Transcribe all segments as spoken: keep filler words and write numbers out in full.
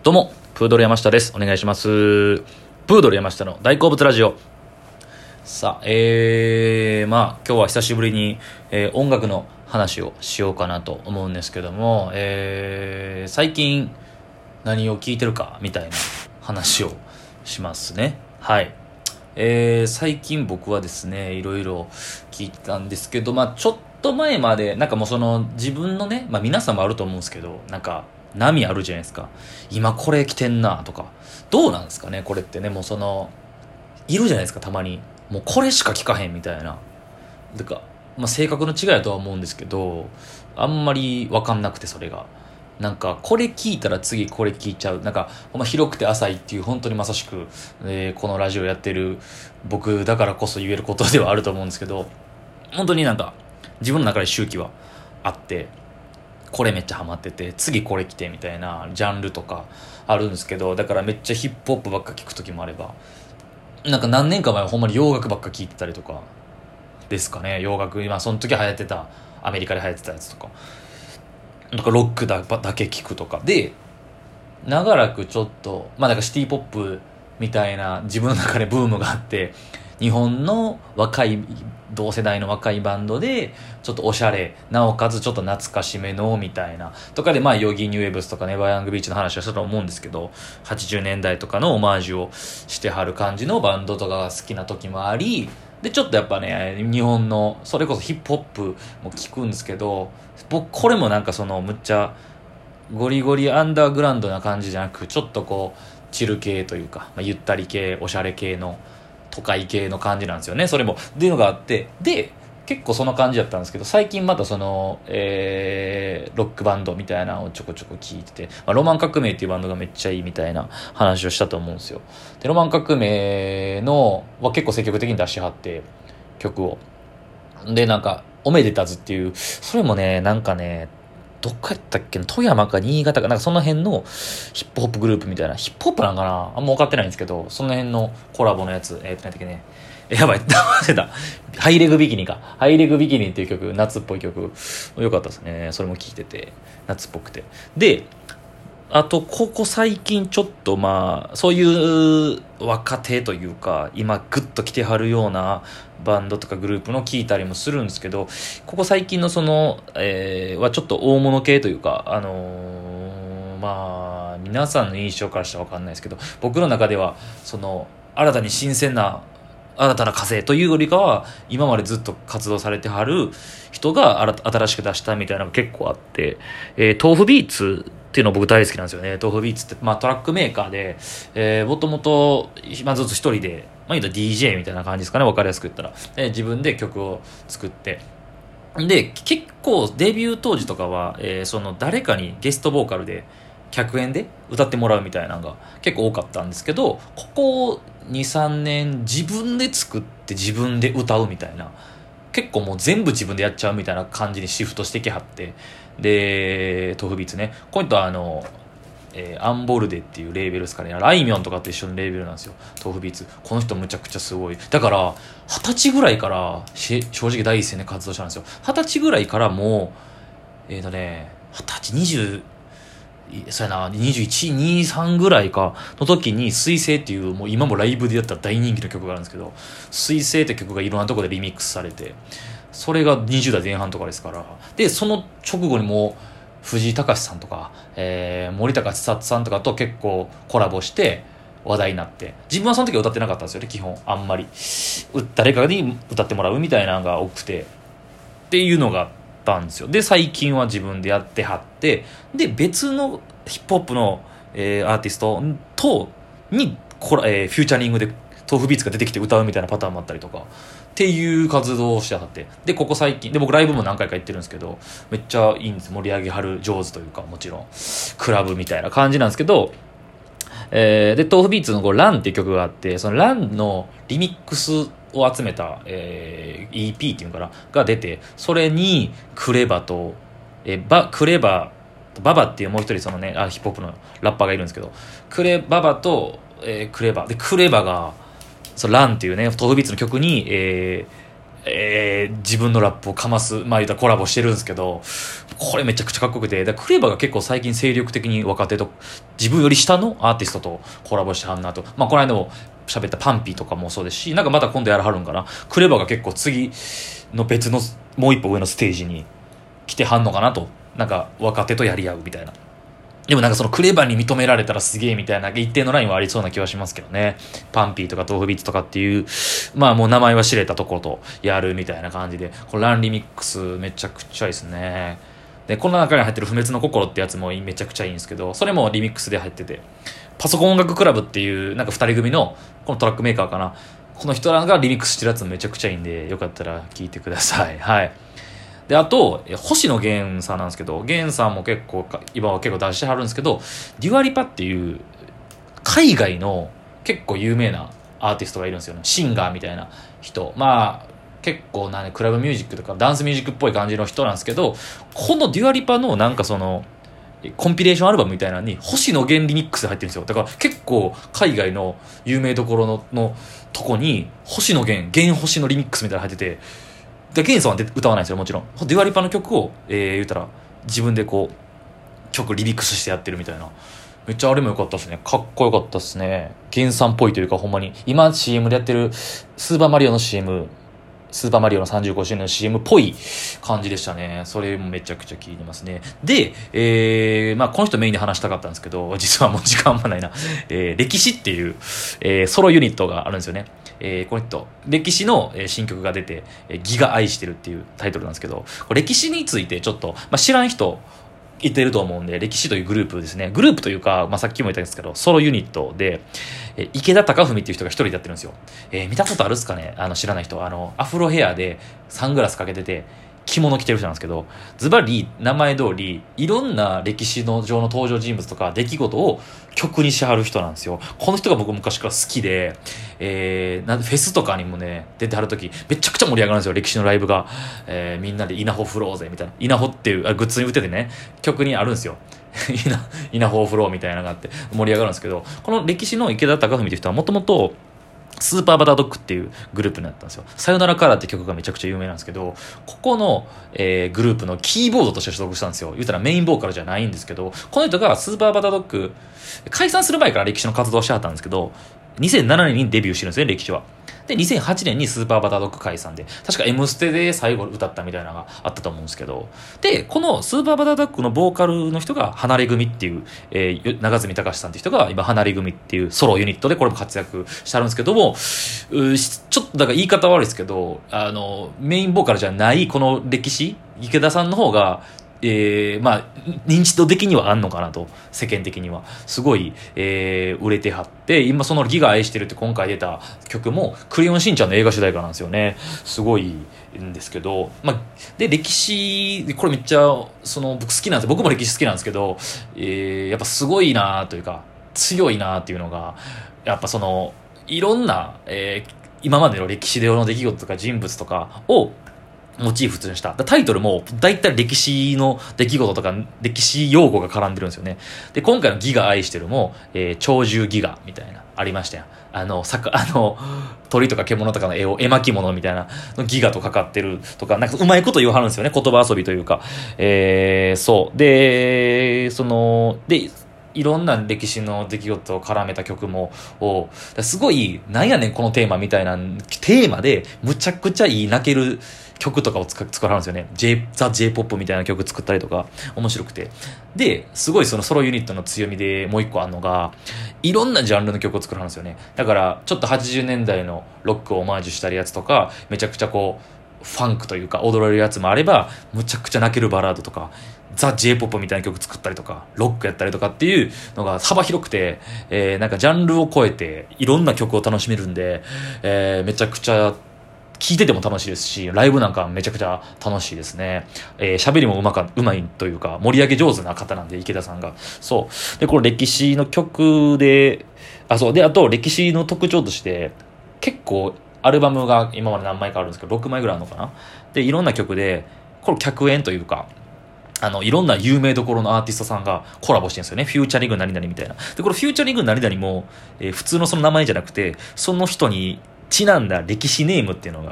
どうもプードル山下です。お願いします。プードル山下の大好物ラジオ。さあえー、まあ今日は久しぶりに、えー、音楽の話をしようかなと思うんですけども、えー、最近何を聴いてるかみたいな話をしますね。はい。えー、最近僕はですねいろいろ聞いたんですけど、まあちょっと前までなんかもうその自分のね、まあ皆さんもあると思うんですけど、なんか波あるじゃないですか。今これ着てんなとか、どうなんですかねこれってね。もうそのいるじゃないですか、たまにもうこれしか聞かへんみたいな。だから、まあ、性格の違いだとは思うんですけど、あんまり分かんなくて、それがなんかこれ聞いたら次これ聞いちゃう、なんかほんま広くて浅いっていう、本当にまさしく、えーこのラジオやってる僕だからこそ言えることではあると思うんですけど、本当になんか自分の中で周期はあって、これめっちゃハマってて次これ来てみたいなジャンルとかあるんですけど、だからめっちゃヒップホップばっか聞く時もあれば、なんか何年か前はほんまに洋楽ばっか聞いてたりとかですかね。洋楽、今その時流行ってた、アメリカで流行ってたやつとか、なんかロックだだけ聞くとかで、長らくちょっとまあなんかシティポップみたいな自分の中でブームがあって、日本の若い同世代の若いバンドでちょっとおしゃれなおかつちょっと懐かしめのみたいなとかで、まあヨギニューウェブスとかネバーヤングビーチの話はしたと思うんですけど、はちじゅうねんだいとかのオマージュをしてはる感じのバンドとかが好きな時もあり、でちょっとやっぱね日本のそれこそヒップホップも聞くんですけど、僕これもなんかそのむっちゃゴリゴリアンダーグラウンドな感じじゃなく、ちょっとこうチル系というか、まあ、ゆったり系おしゃれ系の都会系の感じなんですよね、それも。っていうのがあって、で結構その感じだったんですけど、最近またその、えー、ロックバンドみたいなのをちょこちょこ聞いてて、まあ、ロマン革命っていうバンドがめっちゃいいみたいな話をしたと思うんですよ。でロマン革命のは結構積極的に出しはって曲を、でなんかおめでたずっていう、それもねなんかねどっかやったっけな、富山か新潟かなんかその辺のヒップホップグループみたいな、ヒップホップなんかな、あんま分かってないんですけど、その辺のコラボのやつ、えー、っと何だっけね、えやばい忘れた、ハイレグビキニか、ハイレグビキニっていう曲、夏っぽい曲よかったですね。それも聴いてて夏っぽくて、であとここ最近ちょっとまあそういう若手というか今グッと来てはるようなバンドとかグループの聞いたりもするんですけど、ここ最近のその、えー、はちょっと大物系というか、あのー、まあ皆さんの印象からしたら分かんないですけど、僕の中ではその新たに新鮮な新たな風というよりかは今までずっと活動されてはる人が新しく出したみたいなのが結構あって、えー、豆腐ビーツっていうの僕大好きなんですよね。豆腐ビーツって、まあ、トラックメーカーで、えー、もともとまず一人で、まあ、言うと ディージェー みたいな感じですかね、分かりやすく言ったら。で自分で曲を作って、で結構デビュー当時とかは、えー、その誰かにゲストボーカルで客演で歌ってもらうみたいなのが結構多かったんですけど、ここ にさんねん自分で作って自分で歌うみたいな、結構もう全部自分でやっちゃうみたいな感じにシフトしてきはって、で豆腐ビーツね、こういったあの、えーアンボルデっていうレーベルですかね、ライミョンとかと一緒のレーベルなんですよ、豆腐ビーツ。この人むちゃくちゃすごい。だから二十歳ぐらいからし正直第一線で活動したんですよ。二十歳ぐらいからもうえっ、ー、とね二十歳にじゅうそうやなにじゅういち、にじゅうさんぐらいかの時に水星っていう、もう今もライブでやったら大人気の曲があるんですけど、水星って曲がいろんなところでリミックスされて、それがにじゅう代前半とかですから。でその直後にもう藤井隆さんとか、えー、森高千里さんとかと結構コラボして話題になって、自分はその時は歌ってなかったんですよね、基本。あんまり誰かに歌ってもらうみたいなのが多くてっていうのがあったんですよ。で最近は自分でやってはって、で別のヒップホップの、えー、アーティストとにコラ、えー、フューチャリングで豆腐ビーツが出てきて歌うみたいなパターンもあったりとかっていう活動をしてはって、でここ最近で僕ライブも何回か行ってるんですけど、めっちゃいいんです。盛り上げはる上手というか、もちろんクラブみたいな感じなんですけど、えー、で豆腐ビーツのこうランっていう曲があって、そのランのリミックスを集めた、えー、イーピー っていうのかなが出て、それにクレバと、えー、バクレバババっていうもう一人そのねあヒップホップのラッパーがいるんですけど、クレババと、えー、クレバでクレバがそのランっていうね豆腐ビーツの曲に、えーえー、自分のラップをかます、まあ言うたらコラボしてるんですけど、これめちゃくちゃかっこよくて、だクレバが結構最近精力的に若手と、自分より下のアーティストとコラボしてはんなと。まあこの間も喋ったパンピーとかもそうですし、なんかまた今度やらはるんかな。クレバが結構次の別のもう一歩上のステージに来てはんのかなと。なんか若手とやり合うみたいな。でもなんかそのクレバに認められたらすげえみたいな一定のラインはありそうな気はしますけどね。パンピーとか豆腐ビーツとかっていう、まあもう名前は知れたところとやるみたいな感じで、これランリミックスめちゃくちゃいいですね。で、この中に入ってる不滅の心ってやつもめちゃくちゃいいんですけど、それもリミックスで入ってて、パソコン音楽クラブっていうなんか二人組のこのトラックメーカーかな。この人らがリミックスしてるやつもめちゃくちゃいいんで、よかったら聞いてください。はい。で、あと、星野源さんなんですけど、源さんも結構、今は結構出してはるんですけど、デュアリパっていう、海外の結構有名なアーティストがいるんですよね。シンガーみたいな人。まあ、結構なね、クラブミュージックとかダンスミュージックっぽい感じの人なんですけど、このデュアリパのなんかその、コンピレーションアルバムみたいなのに星野源リミックスで入ってるんですよ。だから結構海外の有名どころののとこに星野源、源星のリミックスみたいなの入ってて、でゲンさんは歌わないですよもちろん。デュアリパの曲を、えー、言ったら自分でこう曲リミックスしてやってるみたいな、めっちゃあれも良かったですね。かっこよかったですね。ゲンさんっぽいというか、ほんまに今 シーエム でやってるスーパーマリオの シーエム、スーパーマリオのさんじゅうごしゅうねんの シーエム っぽい感じでしたね。それもめちゃくちゃ気に入りますね。で、えー、まあこの人メインで話したかったんですけど、実はもう時間もないな。えー、歴史っていう、えー、ソロユニットがあるんですよね。えー、この人、歴史の新曲が出て、ギが愛してるっていうタイトルなんですけど、歴史についてちょっと、まあ、知らん人、いてると思うんで、歴史というグループですね。グループというか、まあ、さっきも言ったんですけど、ソロユニットで、え池田貴文っていう人が一人でやってるんですよ。えー、見たことあるっすかね、あの、知らない人。あの、アフロヘアでサングラスかけてて、着物着てる人なんですけど、ズバリ名前通りいろんな歴史の上の登場人物とか出来事を曲にしはる人なんですよ。この人が僕昔から好きで、えー、なんでフェスとかにもね出てはる時めちゃくちゃ盛り上がるんですよ。歴史のライブが、えー、みんなで稲穂振ろうぜみたいな、稲穂っていうあグッズに売っててね、曲にあるんですよ。稲稲穂振ろうみたいなのがあって盛り上がるんですけど、この歴史の池田貴文っていう人はもともとスーパーバタードッグっていうグループになったんですよ。さよならカラーって曲がめちゃくちゃ有名なんですけど、ここの、えー、グループのキーボードとして所属したんですよ。言うたらメインボーカルじゃないんですけど、この人がスーパーバタードッグ解散する前から歴史の活動をしてはったんですけど、にせんななねんにデビューしてるんですね、歴史は。で、にせんはちねんにスーパーバタードッグ解散で、確か M ステで最後歌ったみたいなのがあったと思うんですけど、で、このスーパーバタードッグのボーカルの人が離れ組っていう、えー、長住隆さんっていう人が今離れ組っていうソロユニットでこれも活躍してあるんですけども、ちょっとだから言い方悪いですけど、あの、メインボーカルじゃないこの歴史、池田さんの方が、えー、まあ認知度的にはあんのかなと、世間的にはすごい、えー、売れてはって、今そのギが愛してるって今回出た曲もクレヨンしんちゃんの映画主題歌なんですよね。すごいんですけど、まあで歴史これめっちゃその僕好きなんですよ。僕も歴史好きなんですけど、えー、やっぱすごいなというか強いなっていうのが、やっぱそのいろんな、えー、今までの歴史上の出来事とか人物とかをモチーフとしたタイトルも大体歴史の出来事とか歴史用語が絡んでるんですよね。で今回のギが愛してるも、えー、鳥獣ギガみたいなありましたよ。あのさかあの鳥とか獣とかの絵を絵巻物みたいなのギガとかかってるとか、なんかうまいこと言わはるんですよね、言葉遊びというか、えー、そうでそのでいろんな歴史の出来事を絡めた曲もをすごいなんやねんこのテーマみたいなテーマでむちゃくちゃいい泣ける曲とかを作らはるんですよね。 J ザ・ J-ポップ みたいな曲作ったりとか面白くて、ですごいそのソロユニットの強みでもう一個あるのが、いろんなジャンルの曲を作らはるんですよね。だからちょっとはちじゅうねんだいのロックをオマージュしたりやつとか、めちゃくちゃこうファンクというか踊れるやつもあれば、むちゃくちゃ泣けるバラードとかザ・ J-ポップ みたいな曲作ったりとかロックやったりとかっていうのが幅広くて、えー、なんかジャンルを超えていろんな曲を楽しめるんで、えー、めちゃくちゃ聴いてても楽しいですし、ライブなんかめちゃくちゃ楽しいですね。えー、喋りもうまかうまいというか盛り上げ上手な方なんで、池田さんが。そうでこれ歴史の曲で、あそうであと歴史の特徴として結構アルバムが今まで何枚かあるんですけどろくまいぐらいあるのかな。でいろんな曲でこれ客演というか、あのいろんな有名どころのアーティストさんがコラボしてるんですよね。フューチャリング何々みたいな。でこれフューチャリング何々も、えー、普通のその名前じゃなくてその人にちなんだ歴史ネームっていうのが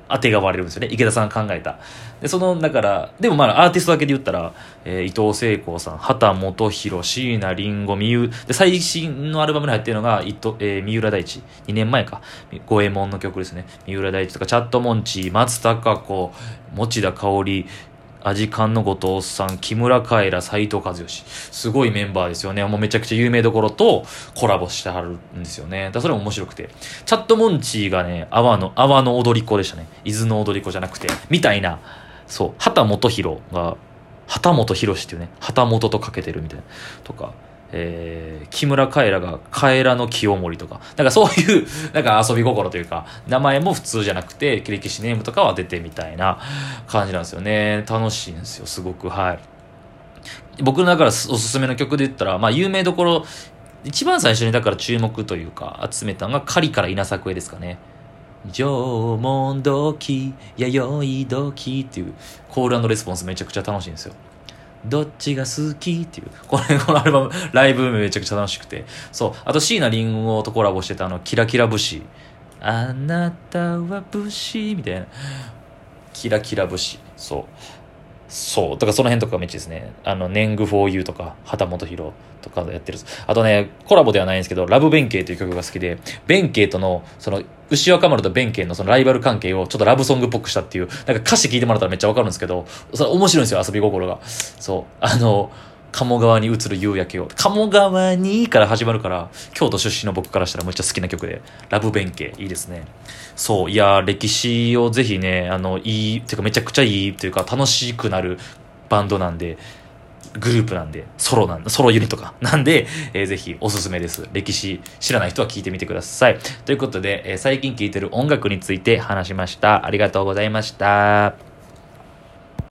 当てが割れるんですよね。池田さんが考えた。で、その、だから、でもまあアーティストだけで言ったら、えー、伊藤聖子さん、畑基博、椎名林檎、三浦、で、最新のアルバムに入ってるのが、伊藤、えー、三浦大知。にねんまえか。五右衛門の曲ですね。三浦大知とか、チャットモンチー、松たか子、持田香織、アジカンの後藤さん、木村カエラ、斉藤和義。すごいメンバーですよね。もうめちゃくちゃ有名どころとコラボしてはるんですよね。だからそれも面白くて。チャットモンチーがね、阿波の、阿波の踊り子でしたね。伊豆の踊り子じゃなくて。みたいな。そう。畑基博が、畑基博っていうね、畑本とかけてるみたいな。とか。えー、木村カエラがカエラの清盛とか、なんかそういう、なんか遊び心というか、名前も普通じゃなくて、歴史ネームとかは出てみたいな感じなんですよね。楽しいんですよ、すごく。はい。僕のだからおすすめの曲で言ったら、まあ有名どころ、一番最初にだから注目というか、集めたのが狩りから稲作へですかね。縄文時、弥生時っていうコール&レスポンスめちゃくちゃ楽しいんですよ。どっちが好きっていう。これ、このアルバム、ライブめちゃくちゃ楽しくて。そう。あと、椎名林檎とコラボしてたあの、キラキラ武士。あなたは武士みたいな。キラキラ武士。そう。そう。だからその辺とかめっちゃですね。あの、年貢 フォーユー とか、畑基博とかやってる。あとね、コラボではないんですけど、ラブ弁慶という曲が好きで、弁慶との、その、牛若丸と弁慶のそのライバル関係をちょっとラブソングっぽくしたっていう、なんか歌詞聞いてもらったらめっちゃわかるんですけど、それ面白いんですよ、遊び心が。そう。あの、鴨川に映る夕焼けを。鴨川にから始まるから、京都出身の僕からしたらめっちゃ好きな曲で、ラブ弁慶、いいですね。そう。いや、歴史をぜひね、あの、いい、てかめちゃくちゃいいというか楽しくなるバンドなんで、グループなんで、ソロなんで、ソロユニットか。なんで、えー、ぜひおすすめです。歴史知らない人は聞いてみてください。ということで、えー、最近聴いてる音楽について話しました。ありがとうございました。